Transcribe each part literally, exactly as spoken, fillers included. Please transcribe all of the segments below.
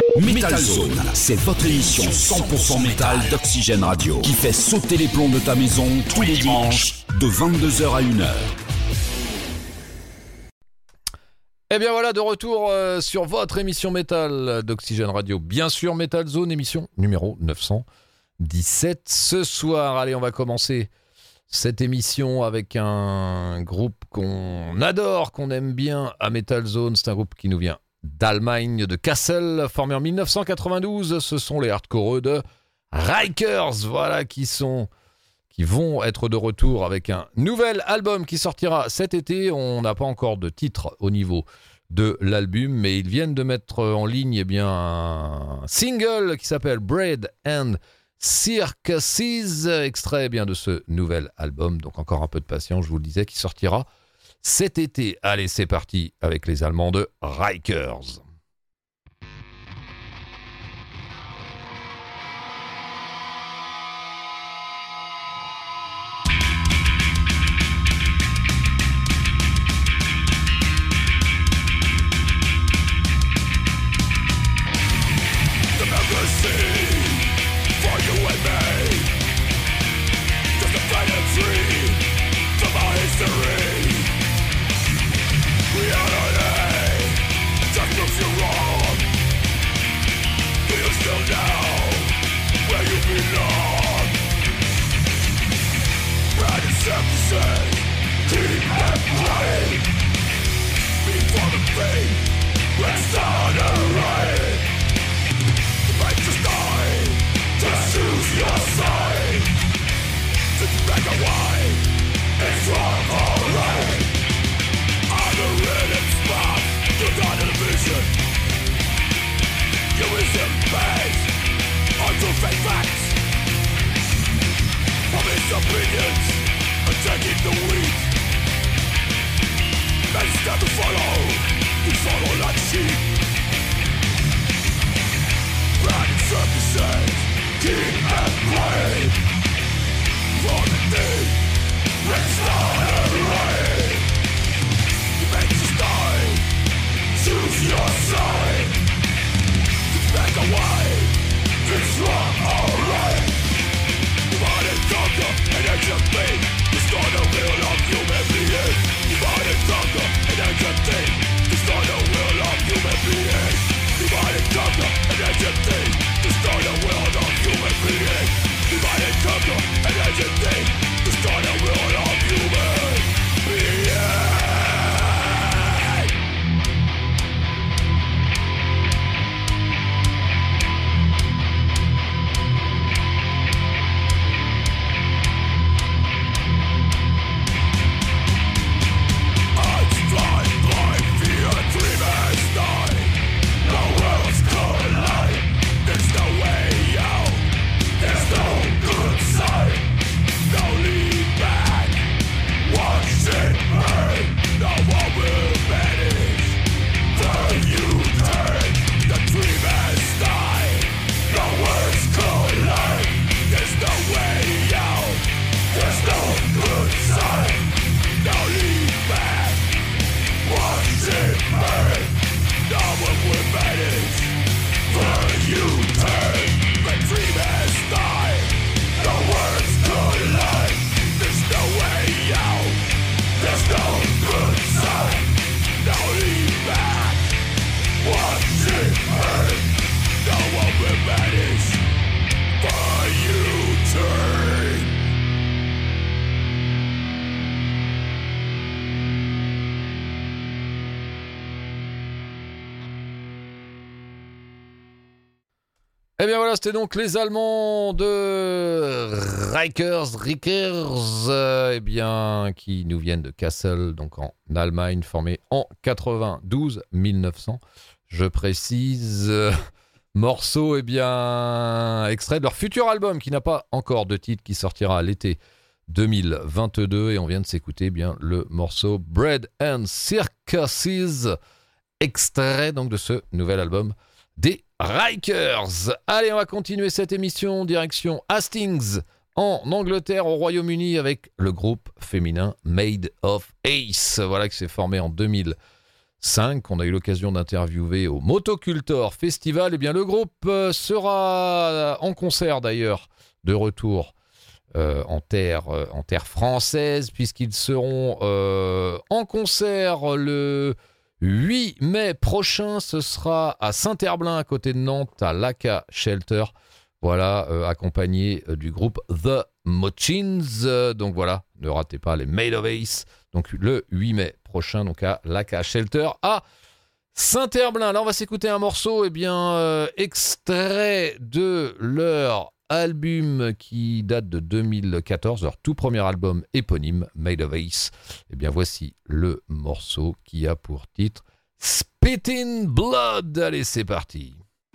Metal Zone, c'est votre émission cent pour cent métal d'Oxygène Radio qui fait sauter les plombs de ta maison tous les dimanches de vingt-deux heures à une heure. Et bien voilà, de retour euh, sur votre émission métal d'Oxygène Radio. Bien sûr, Metal Zone, émission numéro neuf cent dix-sept ce soir. Allez, on va commencer cette émission avec un groupe qu'on adore, qu'on aime bien à Metal Zone. C'est un groupe qui nous vient d'Allemagne, de Kassel, formé en dix-neuf cent quatre-vingt-douze. Ce sont les hardcoreux de Rikers, voilà, qui sont, qui vont être de retour avec un nouvel album qui sortira cet été. On n'a pas encore de titre au niveau de l'album, mais ils viennent de mettre en ligne eh bien, un single qui s'appelle Bread and Circuses, extrait eh bien, de ce nouvel album. Donc encore un peu de patience, je vous le disais, qui sortira cet été. Allez, c'est parti avec les Allemands de Rikers. Eh bien voilà, c'était donc les Allemands de Rikers, Rikers, euh, eh bien, qui nous viennent de Kassel, donc en Allemagne, formés en quatre-vingt-douze, dix-neuf cents, je précise. Euh, morceau, eh bien, extrait de leur futur album, qui n'a pas encore de titre, qui sortira à l'été deux mille vingt-deux, et on vient de s'écouter eh bien le morceau Bread and Circuses, extrait donc de ce nouvel album des Rikers. Allez, on va continuer cette émission direction Hastings en Angleterre, au Royaume-Uni, avec le groupe féminin Made of Ace. Voilà, qui s'est formé en deux mille cinq qu'on a eu l'occasion d'interviewer au Motocultor Festival. Eh bien, le groupe sera en concert d'ailleurs, de retour euh, en, terre, euh, en terre française, puisqu'ils seront euh, en concert le huit mai prochain. Ce sera à Saint-Herblain, à côté de Nantes, à l'A K Shelter. Voilà, euh, accompagné euh, du groupe The Mochins. Euh, donc voilà, ne ratez pas les Made of Ace. Donc le huit mai prochain, donc à l'A K Shelter à Saint-Herblain. Là, on va s'écouter un morceau, eh bien, euh, extrait de leur album qui date de deux mille quatorze, leur tout premier album éponyme, Made of Ace. Eh bien, voici le morceau qui a pour titre Spittin' Blood. Allez, c'est parti.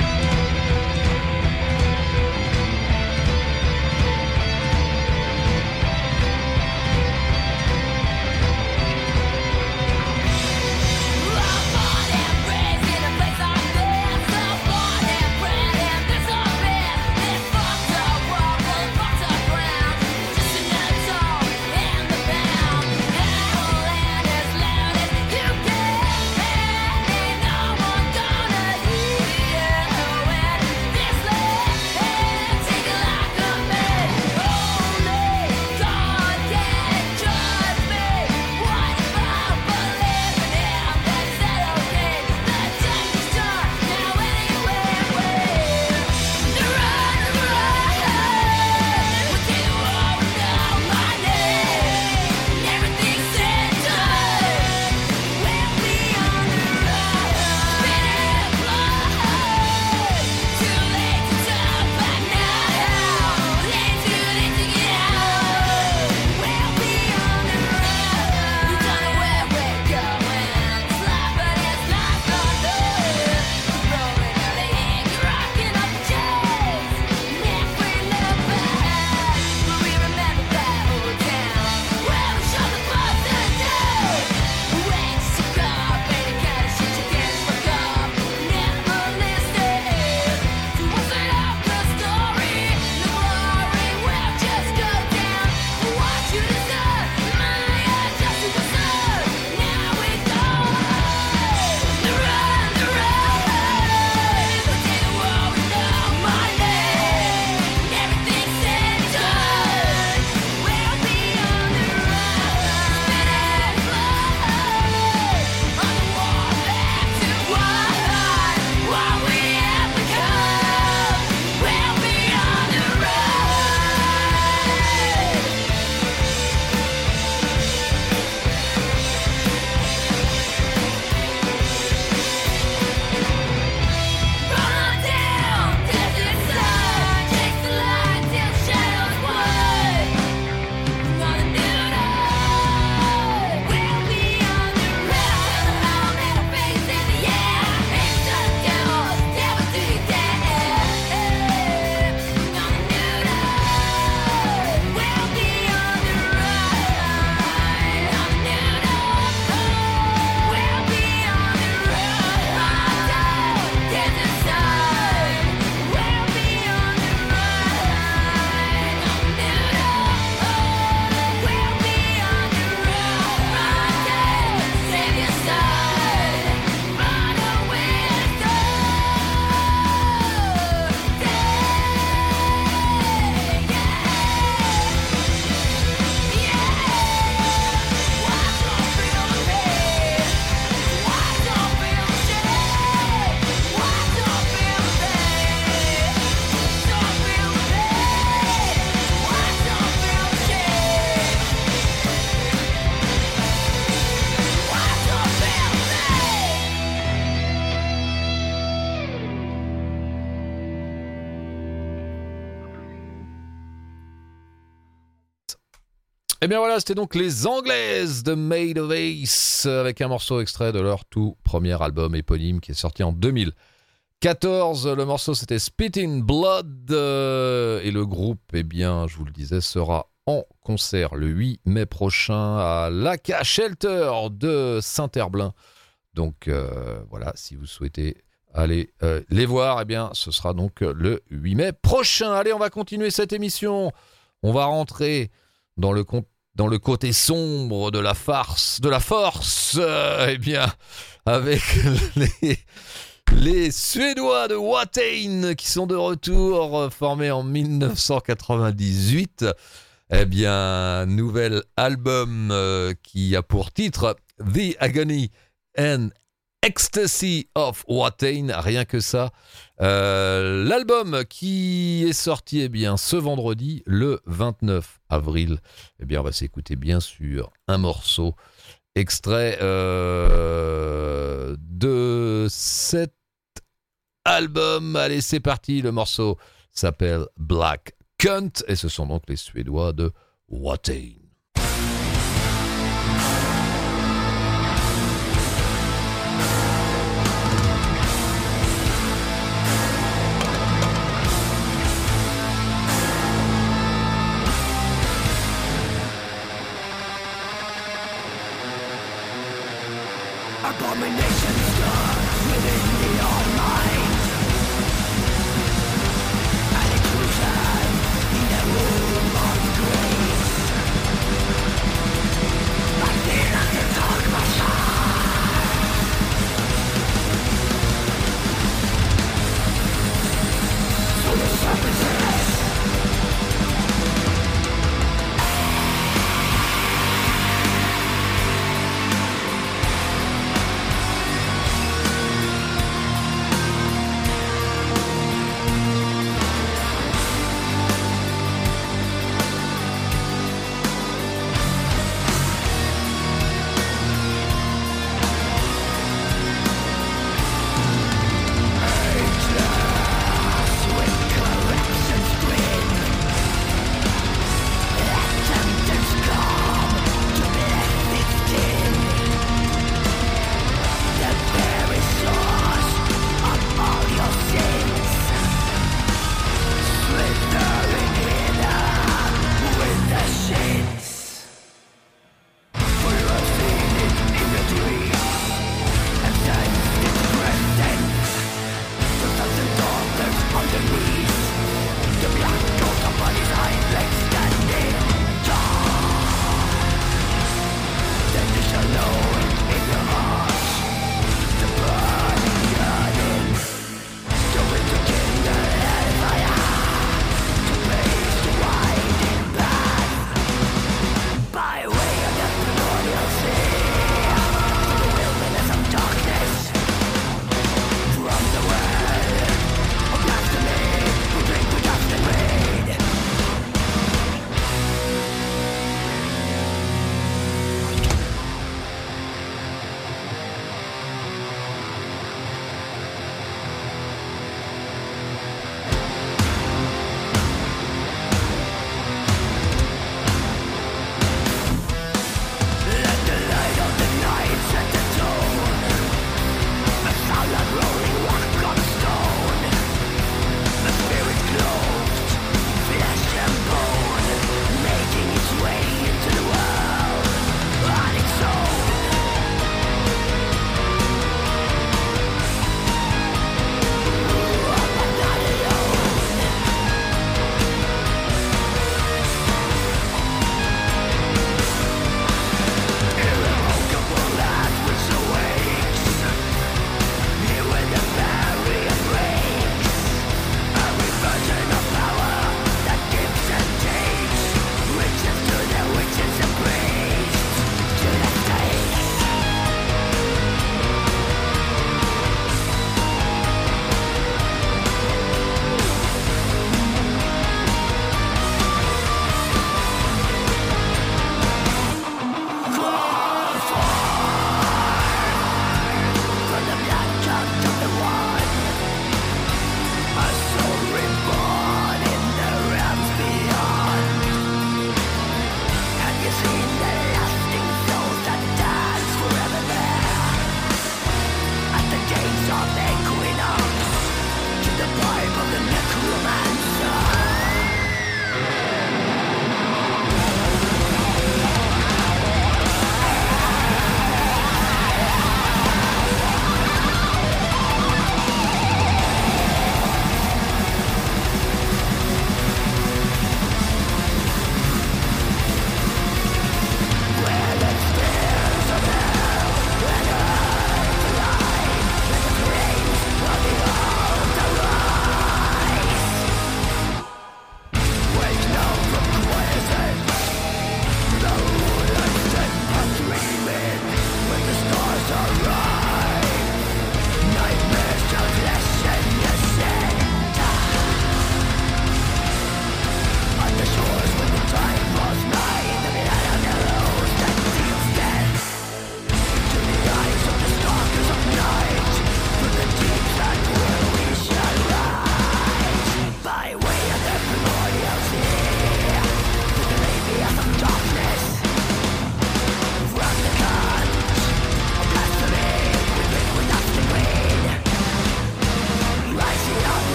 Et bien voilà, c'était donc les Anglaises de Made of Ace avec un morceau extrait de leur tout premier album éponyme qui est sorti en deux mille quatorze. Le morceau c'était Spittin' Blood euh, et le groupe, eh bien, je vous le disais, sera en concert le huit mai prochain à l'A K Shelter de Saint-Herblain. Donc euh, voilà, si vous souhaitez aller euh, les voir, eh bien, ce sera donc le huit mai prochain. Allez, on va continuer cette émission. On va rentrer dans le, con- dans le côté sombre de la farce, de la force, euh, eh bien, avec les, les Suédois de Watain qui sont de retour, euh, formés en dix-neuf cent quatre-vingt-dix-huit. Eh bien, nouvel album euh, qui a pour titre The Agony and Ecstasy of Watain, rien que ça. Euh, l'album qui est sorti eh bien, ce vendredi, le vingt-neuf avril. Eh bien, on va s'écouter bien sûr un morceau extrait euh, de cet album. Allez, c'est parti. Le morceau s'appelle Black Cunt et ce sont donc les Suédois de Watain. Abominations stir within the all-mind, and inclusion in the womb of grace.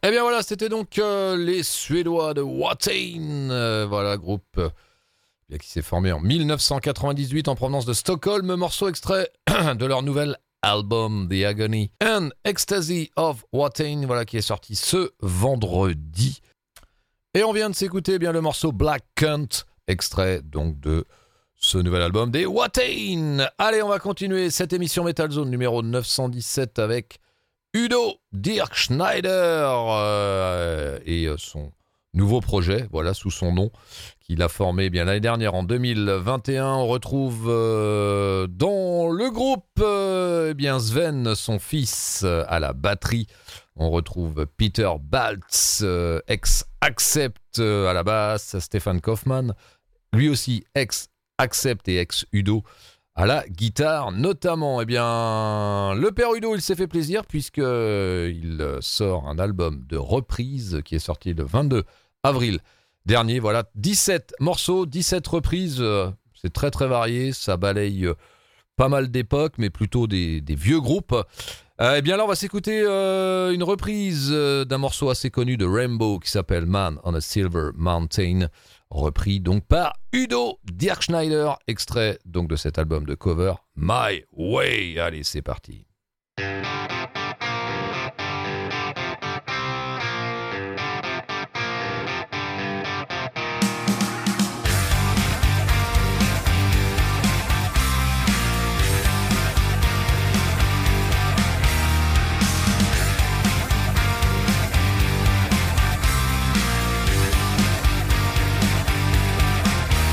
Eh bien voilà, c'était donc euh, les Suédois de Watain, euh, voilà, groupe euh, qui s'est formé en dix-neuf cent quatre-vingt-dix-huit en provenance de Stockholm, morceau extrait de leur nouvel album The Agony and Ecstasy of Watain, voilà, qui est sorti ce vendredi. Et on vient de s'écouter eh bien le morceau Black Cunt, extrait donc de ce nouvel album des Watain. Allez, on va continuer cette émission Metal Zone numéro neuf cent dix-sept avec Udo Dirkschneider euh, et son nouveau projet, voilà, sous son nom, qu'il a formé eh bien l'année dernière en deux mille vingt et un. On retrouve euh, dans le groupe euh, eh bien Sven, son fils, euh, à la batterie. On retrouve Peter Baltz, euh, ex-Accept euh, à la basse, Stefan Kaufmann, lui aussi ex-Accept et ex-Udo à la guitare notamment. Eh bien, le père Udo, il s'est fait plaisir puisqu'il sort un album de reprise qui est sorti le vingt-deux avril dernier. Voilà, dix-sept morceaux, dix-sept reprises, c'est très très varié, ça balaye pas mal d'époques, mais plutôt des, des vieux groupes. Euh, eh bien là, on va s'écouter euh, une reprise d'un morceau assez connu de Rainbow qui s'appelle Man on a Silver Mountain, repris donc par Udo Dirkschneider, extrait donc de cet album de cover My Way. Allez, c'est parti.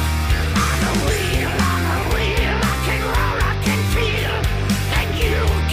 On a wheel, on a wheel, I can roll, I can feel, and you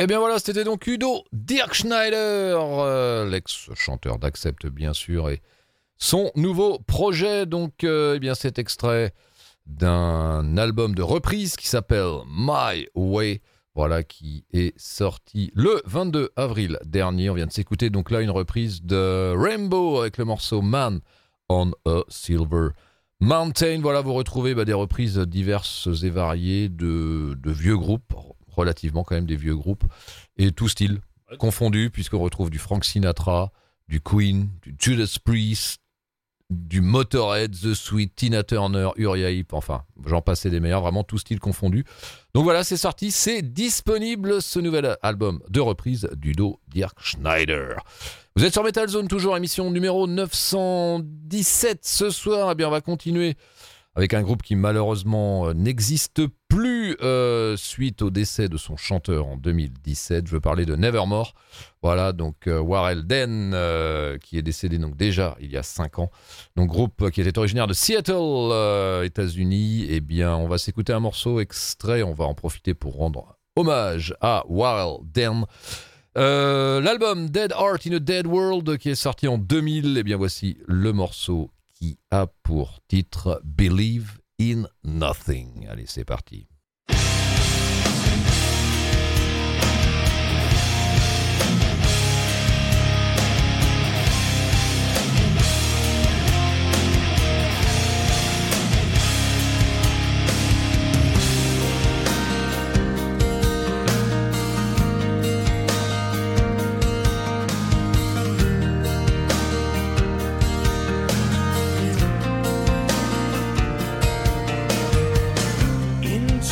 Et bien voilà, c'était donc Udo Dirkschneider, euh, l'ex-chanteur d'Accept bien sûr, et son nouveau projet, donc euh, eh bien cet extrait d'un album de reprise qui s'appelle My Way, voilà, qui est sorti le vingt-deux avril dernier. On vient de s'écouter donc là une reprise de Rainbow avec le morceau Man on a Silver Mountain. Voilà, vous retrouvez bah, des reprises diverses et variées de, de vieux groupes, relativement quand même des vieux groupes, et tout style confondu, puisqu'on retrouve du Frank Sinatra, du Queen, du Judas Priest, du Motorhead, The Sweet, Tina Turner, Uriah Heep, enfin, j'en passais des meilleurs, vraiment tout style confondu. Donc voilà, c'est sorti, c'est disponible, ce nouvel album de reprise d'Udo Dirkschneider. Vous êtes sur Metal Zone, toujours émission numéro neuf cent dix-sept ce soir. Eh bien, on va continuer avec un groupe qui malheureusement euh, n'existe plus euh, suite au décès de son chanteur en deux mille dix-sept. Je veux parler de Nevermore. Voilà, donc euh, Warrell Dane, euh, qui est décédé donc déjà il y a cinq ans. Donc groupe qui était originaire de Seattle, euh, États-Unis. Eh bien, on va s'écouter un morceau extrait. On va en profiter pour rendre hommage à Warrell Dane. Euh, l'album Dead Heart in a Dead World qui est sorti en deux mille. Eh bien, voici le morceau qui a pour titre Believe in Nothing. Allez, c'est parti. Into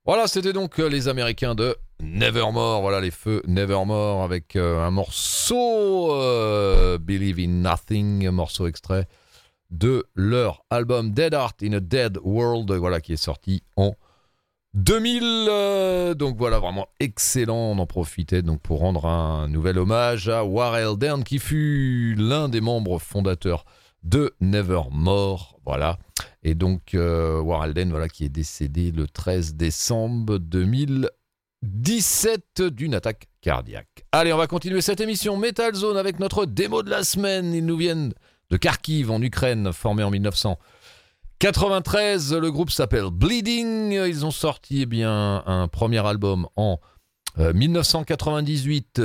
Voilà, c'était donc euh, les Américains de Nevermore. Voilà, les feux Nevermore avec euh, un morceau euh, Believe in Nothing, un morceau extrait de leur album Dead Art in a Dead World, voilà, qui est sorti en deux mille. Euh, donc voilà, vraiment excellent. On en profitait donc pour rendre un nouvel hommage à Warren Dern, qui fut l'un des membres fondateurs de Nevermore. Voilà. Et donc, euh, Warren Dern, voilà, qui est décédé le treize décembre deux mille dix-sept d'une attaque cardiaque. Allez, on va continuer cette émission Metal Zone avec notre démo de la semaine. Ils nous viennent de Kharkiv en Ukraine, formé en dix-neuf cent quatre-vingt-treize. Le groupe s'appelle Bleeding. Ils ont sorti eh bien, un premier album en euh, dix-neuf cent quatre-vingt-dix-huit,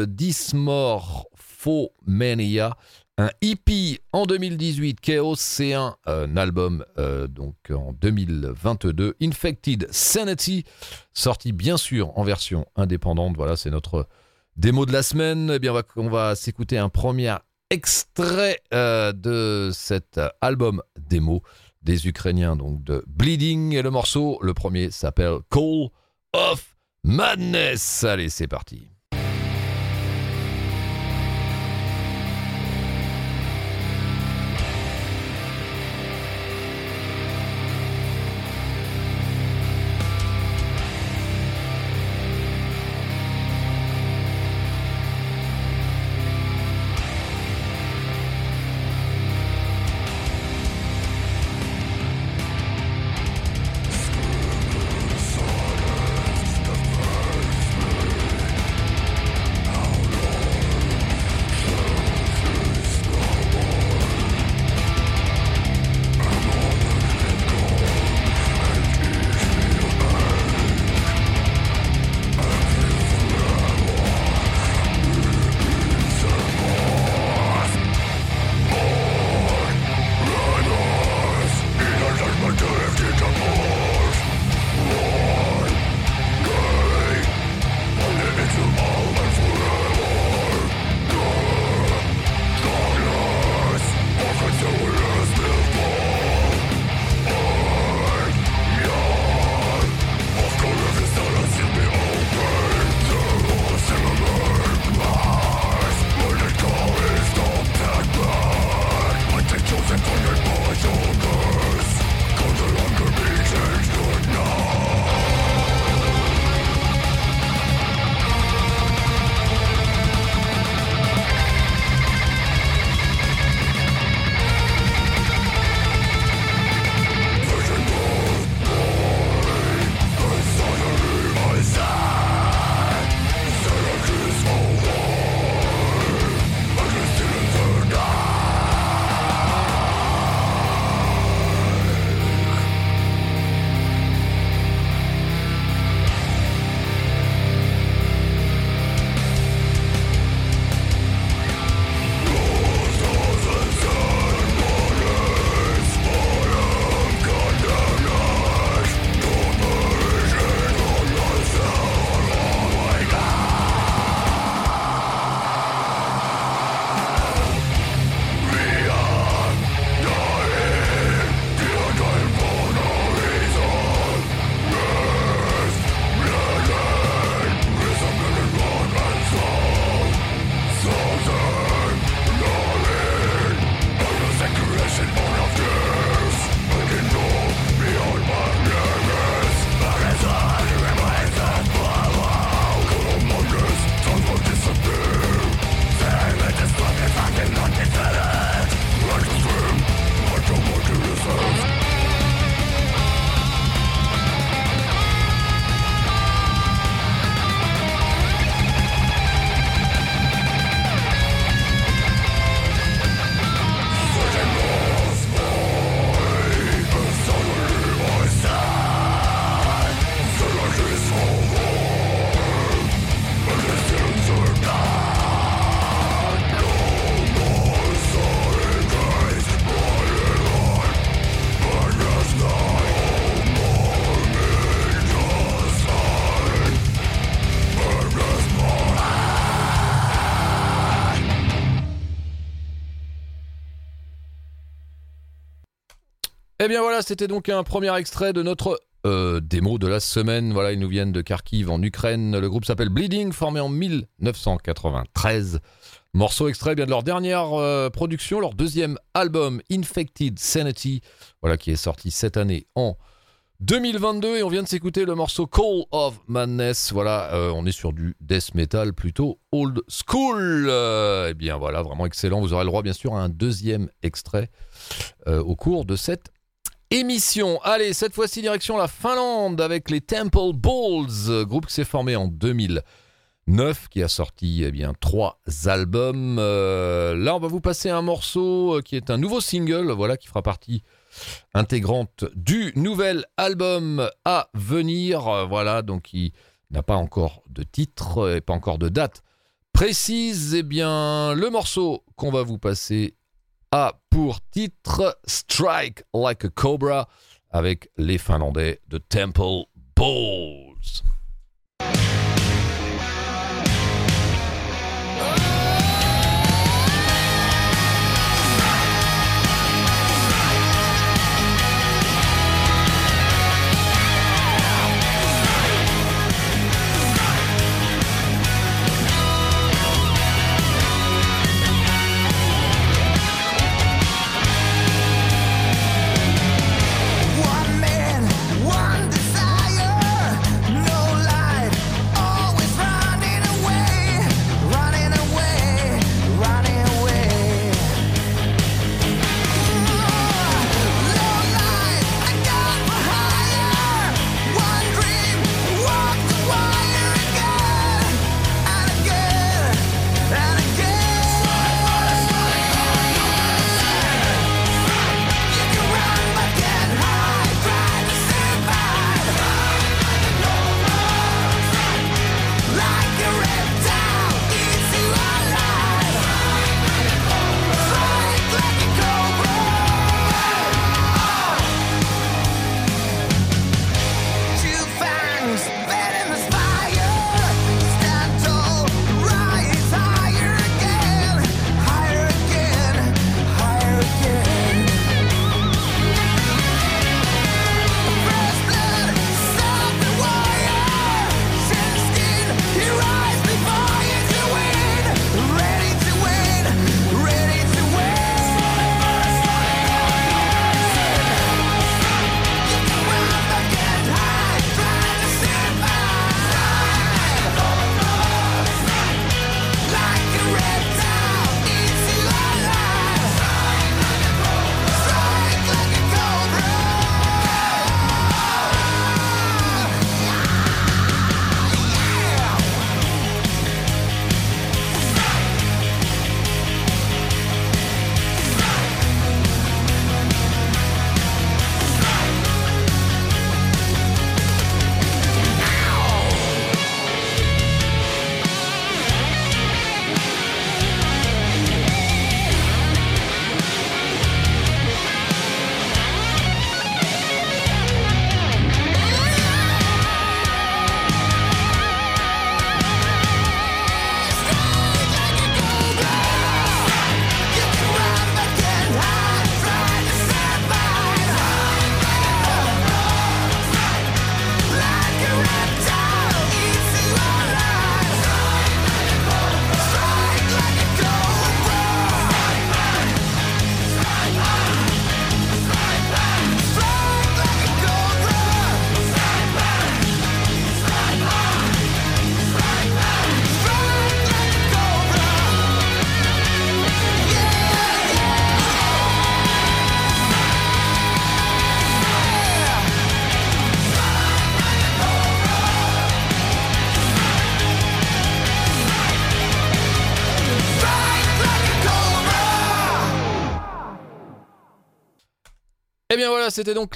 Dysmorphomania. Un E P en deux mille dix-huit, Chaos, c'est un, un album euh, donc en deux mille vingt-deux, Infected Sanity, sorti bien sûr en version indépendante. Voilà, c'est notre démo de la semaine. Eh bien, on va, on va s'écouter un premier extrait euh, de cet album démo des Ukrainiens, donc de Bleeding. Et le morceau, le premier, s'appelle Call of Madness. Allez, c'est parti. Eh bien voilà, c'était donc un premier extrait de notre euh, démo de la semaine. Voilà, ils nous viennent de Kharkiv en Ukraine. Le groupe s'appelle Bleeding, formé en dix-neuf cent quatre-vingt-treize. Morceau extrait bien de leur dernière euh, production, leur deuxième album Infected Sanity, voilà, qui est sorti cette année en deux mille vingt-deux, et on vient de s'écouter le morceau Call of Madness. Voilà, euh, on est sur du death metal plutôt old school. Euh, et bien voilà, vraiment excellent. Vous aurez le droit bien sûr à un deuxième extrait euh, au cours de cette émission. Allez, cette fois-ci direction la Finlande avec les Temple Balls, groupe qui s'est formé en deux mille neuf, qui a sorti eh bien trois albums. Euh, là, on va vous passer un morceau qui est un nouveau single, voilà, qui fera partie intégrante du nouvel album à venir. Voilà, donc il n'a pas encore de titre et pas encore de date précise. Eh bien, le morceau qu'on va vous passer a pour titre Strike Like a Cobra avec les Finlandais de Temple Balls. Eh bien voilà, c'était donc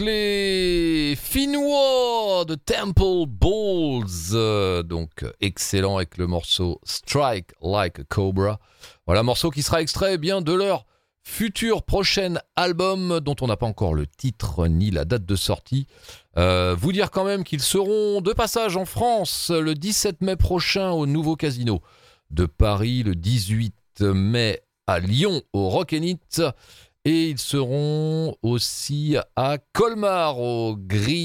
les Finnois de Temple Balls, euh, donc excellent avec le morceau Strike Like a Cobra. Voilà, morceau qui sera extrait eh bien de leur futur prochain album dont on n'a pas encore le titre ni la date de sortie. Euh, vous dire quand même qu'ils seront de passage en France le dix-sept mai prochain au Nouveau Casino de Paris, le dix-huit mai à Lyon au Rock and It, Et ils seront aussi à Colmar, au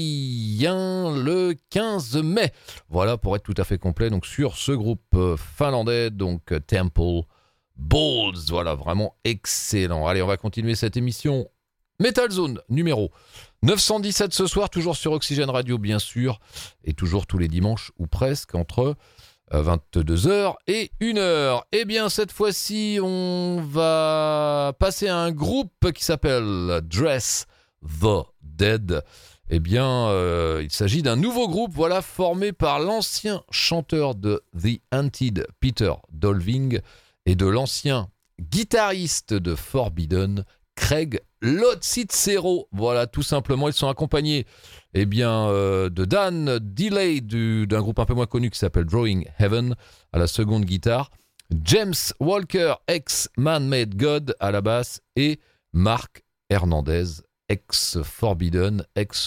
Grien, le quinze mai. Voilà, pour être tout à fait complet, donc sur ce groupe finlandais, donc Temple Balls. Voilà, vraiment excellent. Allez, on va continuer cette émission Metal Zone numéro neuf cent dix-sept ce soir, toujours sur Oxygène Radio, bien sûr, et toujours tous les dimanches, ou presque, entre vingt-deux heures et une heure. Eh bien, cette fois-ci, on va passer à un groupe qui s'appelle Dress the Dead. Eh bien, euh, il s'agit d'un nouveau groupe, voilà, formé par l'ancien chanteur de The Haunted, Peter Dolving, et de l'ancien guitariste de Forbidden, Craig Lotzitsero. Voilà, tout simplement, ils sont accompagnés eh bien, euh, de Dan Delay du, d'un groupe un peu moins connu qui s'appelle Drawing Heaven à la seconde guitare, James Walker, ex-Man-Made God à la basse, et Marc Hernandez, ex-Forbidden,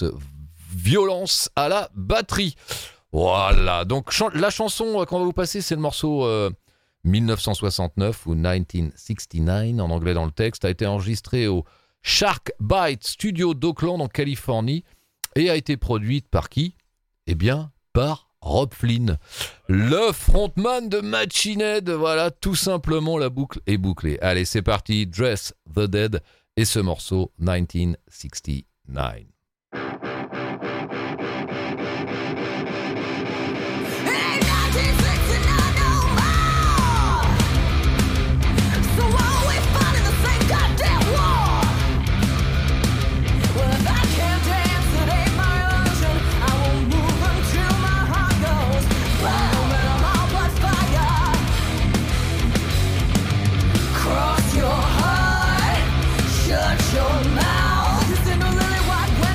ex-Violence à la batterie. Voilà, donc chan- la chanson qu'on va vous passer, c'est le morceau euh, dix-neuf cent soixante-neuf ou dix-neuf soixante-neuf en anglais dans le texte, a été enregistré au Shark Bite Studio d'Oakland en Californie et a été produite par qui ? Eh bien, par Rob Flynn, le frontman de Machine Head. Voilà, tout simplement, la boucle est bouclée. Allez, c'est parti, Dress the Dead et ce morceau dix-neuf soixante-neuf. Shut your mouth. You send a lily white.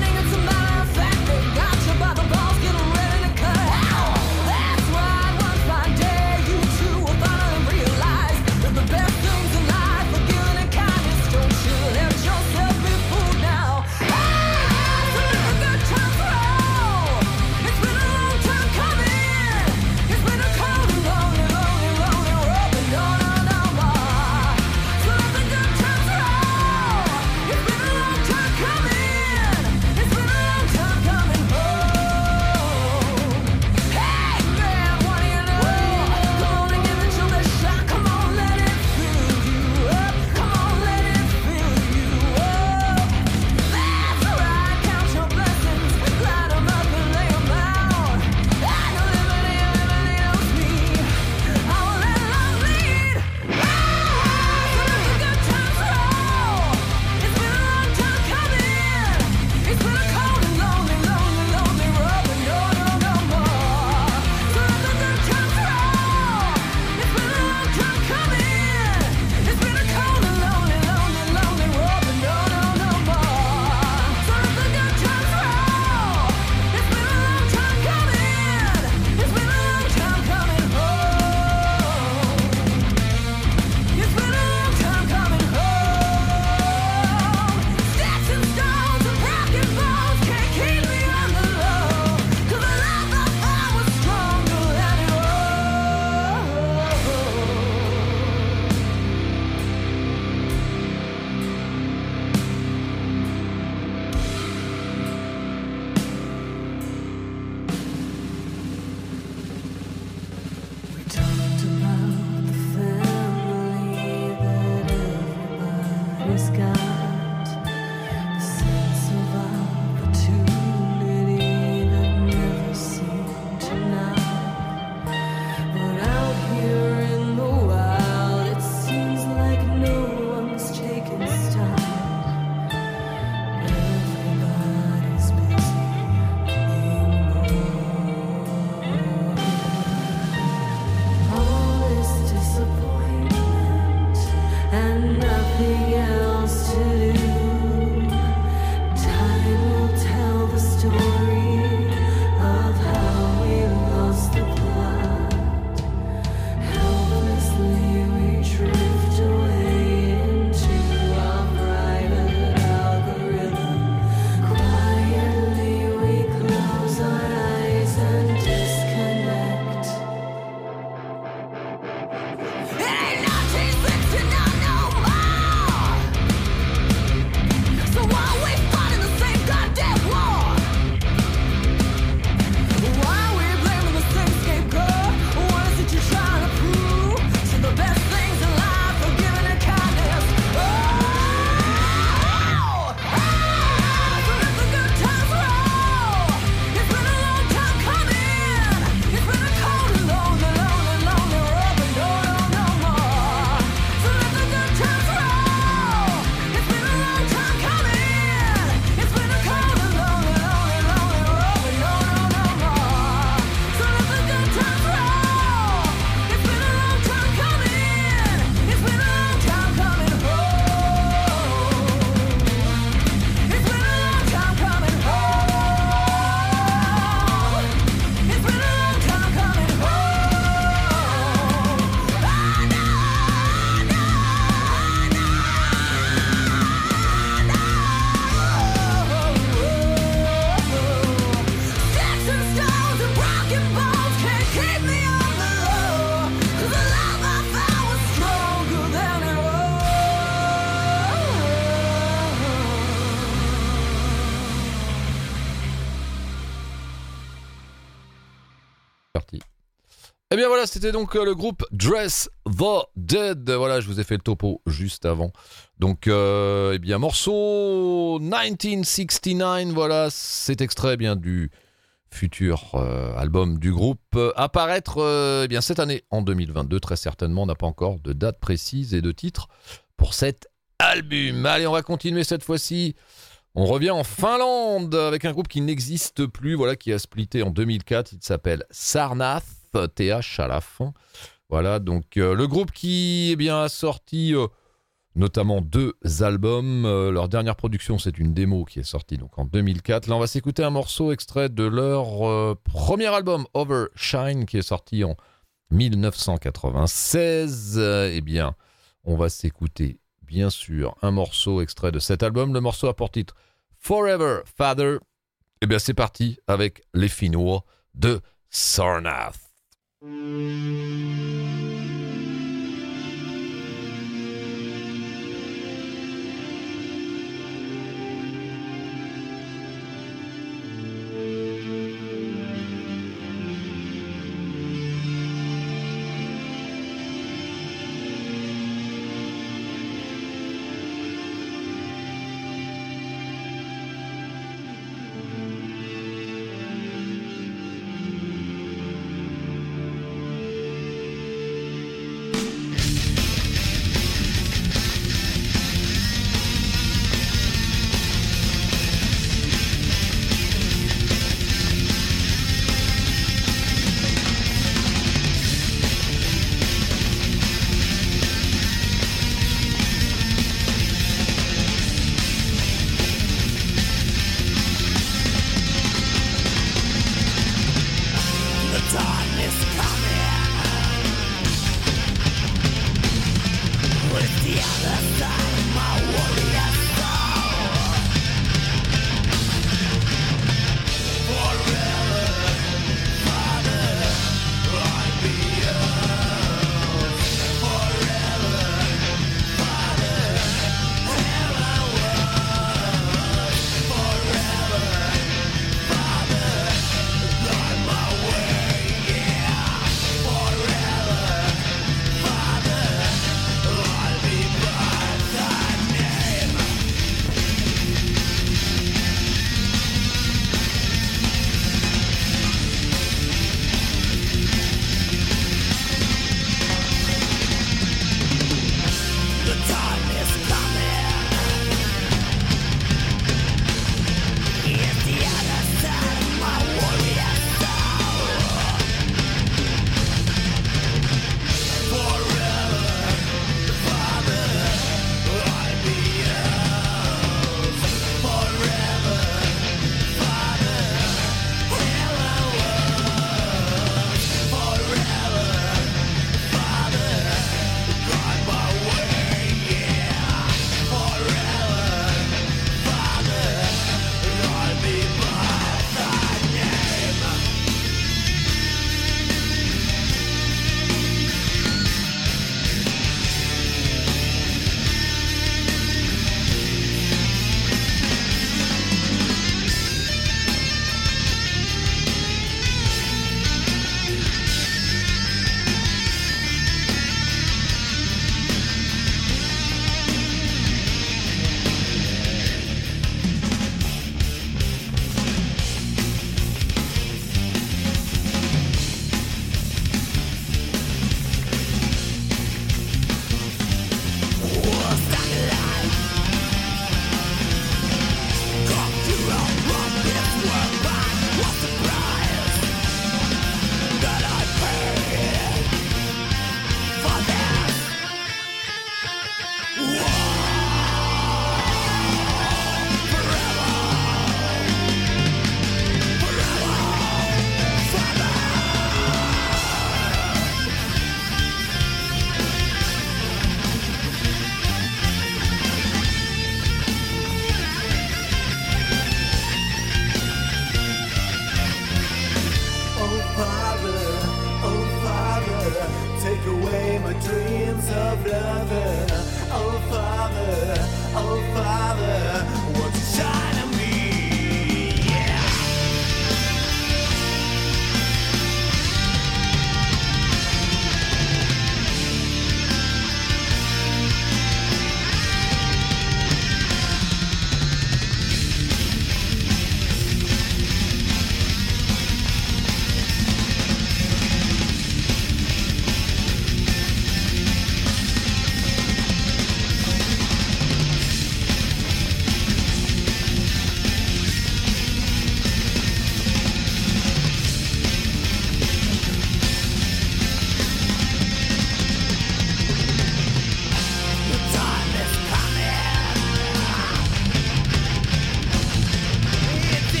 Eh bien voilà, c'était donc euh, le groupe Dress the Dead. Voilà, je vous ai fait le topo juste avant. Donc, euh, eh bien, morceau dix-neuf soixante-dix-neuf, voilà, c'est extrait eh bien du futur euh, album du groupe, euh, apparaître euh, eh bien, cette année, en deux mille vingt-deux, très certainement. On n'a pas encore de date précise et de titre pour cet album. Allez, on va continuer cette fois-ci. On revient en Finlande avec un groupe qui n'existe plus, voilà, qui a splitté en deux mille quatre. Il s'appelle Sarnath, T H à la fin. Voilà, donc euh, le groupe qui eh bien, a sorti euh, notamment deux albums. Euh, leur dernière production, c'est une démo qui est sortie donc, en deux mille quatre. Là, on va s'écouter un morceau extrait de leur euh, premier album, Overshine, qui est sorti en dix-neuf cent quatre-vingt-seize. Euh, eh bien, on va s'écouter, bien sûr, un morceau extrait de cet album. Le morceau a pour titre Forever Father. Eh bien, c'est parti avec les Finnois de Sarnath.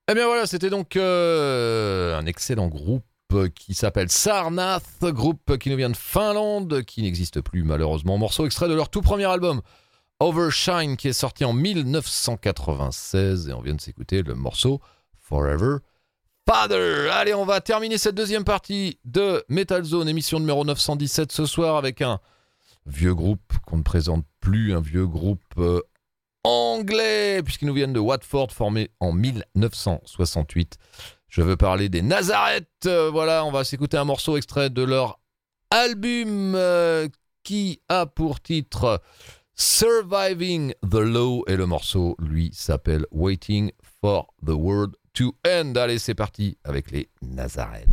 Eh bien voilà, c'était donc euh, un excellent groupe qui s'appelle Sarnath, groupe qui nous vient de Finlande, qui n'existe plus malheureusement. Morceau extrait de leur tout premier album, Overshine, qui est sorti en dix-neuf cent quatre-vingt-seize, et on vient de s'écouter le morceau Forever Father. Allez, on va terminer cette deuxième partie de Metal Zone, émission numéro neuf cent dix-sept ce soir, avec un vieux groupe qu'on ne présente plus, un vieux groupe euh, anglais, puisqu'ils nous viennent de Watford, formé en dix-neuf cent soixante-huit. Je veux parler des Nazareth. Euh, voilà, on va s'écouter un morceau extrait de leur album euh, qui a pour titre Surviving the Law, et le morceau, lui, s'appelle Waiting for the World to End. Allez, c'est parti avec les Nazareth.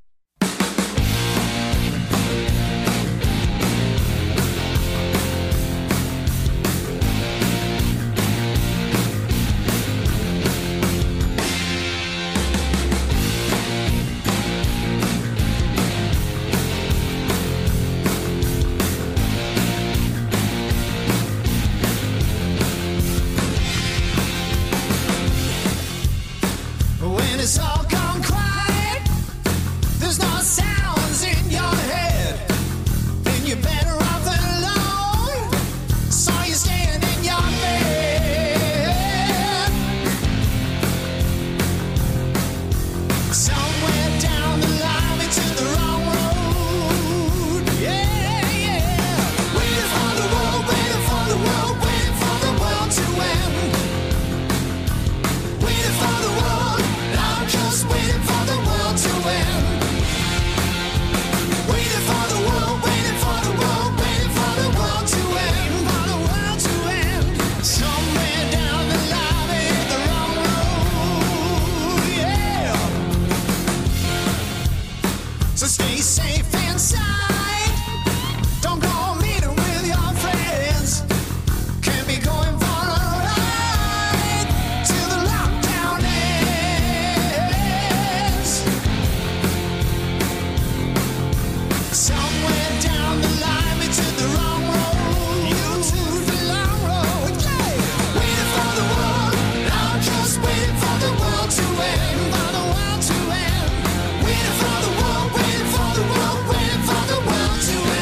It's all gone quiet. There's no sounds in your head. Then you're better off alone. Saw you staying in your bed. Somewhere down the line we took the wrong road. Yeah, yeah. Waiting for the world, waiting for the world, waiting for the world to end. Waiting for the world. Just waiting for the world to end. Waiting for the world, waiting for the world, waiting for the world to end. For the world to end. Somewhere down the line we hit the wrong road, yeah. So stay safe inside. Don't go meeting with your friends. Can't be going for a ride till the lockdown ends. Somewhere down the line we took the wrong road. You took the long road, yeah. Waiting for the world, I'm just waiting for the world to end. For the world to end. Waiting for the world, waiting for the world, waiting for the world to end.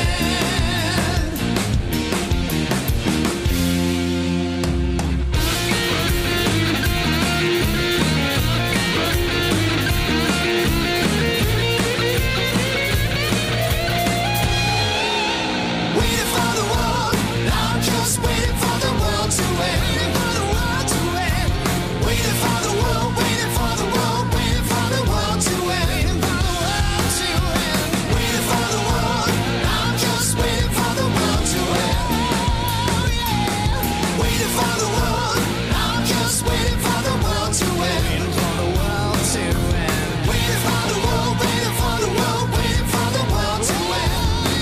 Waiting for the world, I'm just waiting for the world to end. Waiting for the world to end. Waiting for the world, waiting for the world, waiting for the world to end. Waiting for the world to end. Waiting for the world, I'm just waiting for the world to end. Oh yeah. Waiting for the world, I'm just waiting for the world to end. Waiting for the world to end. Waiting for the world, waiting for the world, waiting for the world to end.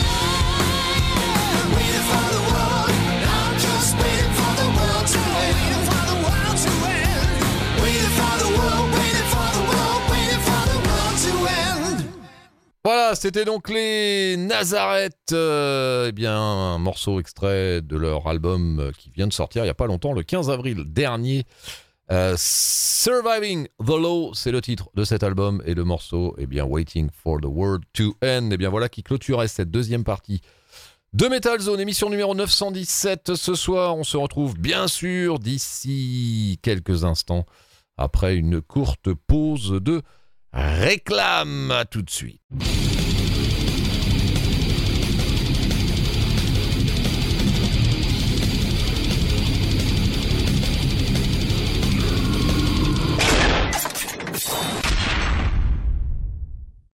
Waiting for the world, I'm just waiting for the world to end. Waiting for the world to end. Waiting for the world, waiting for the world, waiting for the world to end. Voilà, c'était donc les Nazareth, euh, eh bien, un morceau extrait de leur album euh, qui vient de sortir il n'y a pas longtemps, le quinze avril dernier. Euh, Surviving the Law, c'est le titre de cet album, et le morceau, eh bien, Waiting for the World to End. Eh bien, voilà qui clôturait cette deuxième partie de Metal Zone, émission numéro neuf cent dix-sept. Ce soir, on se retrouve bien sûr d'ici quelques instants, après une courte pause de réclame. À tout de suite.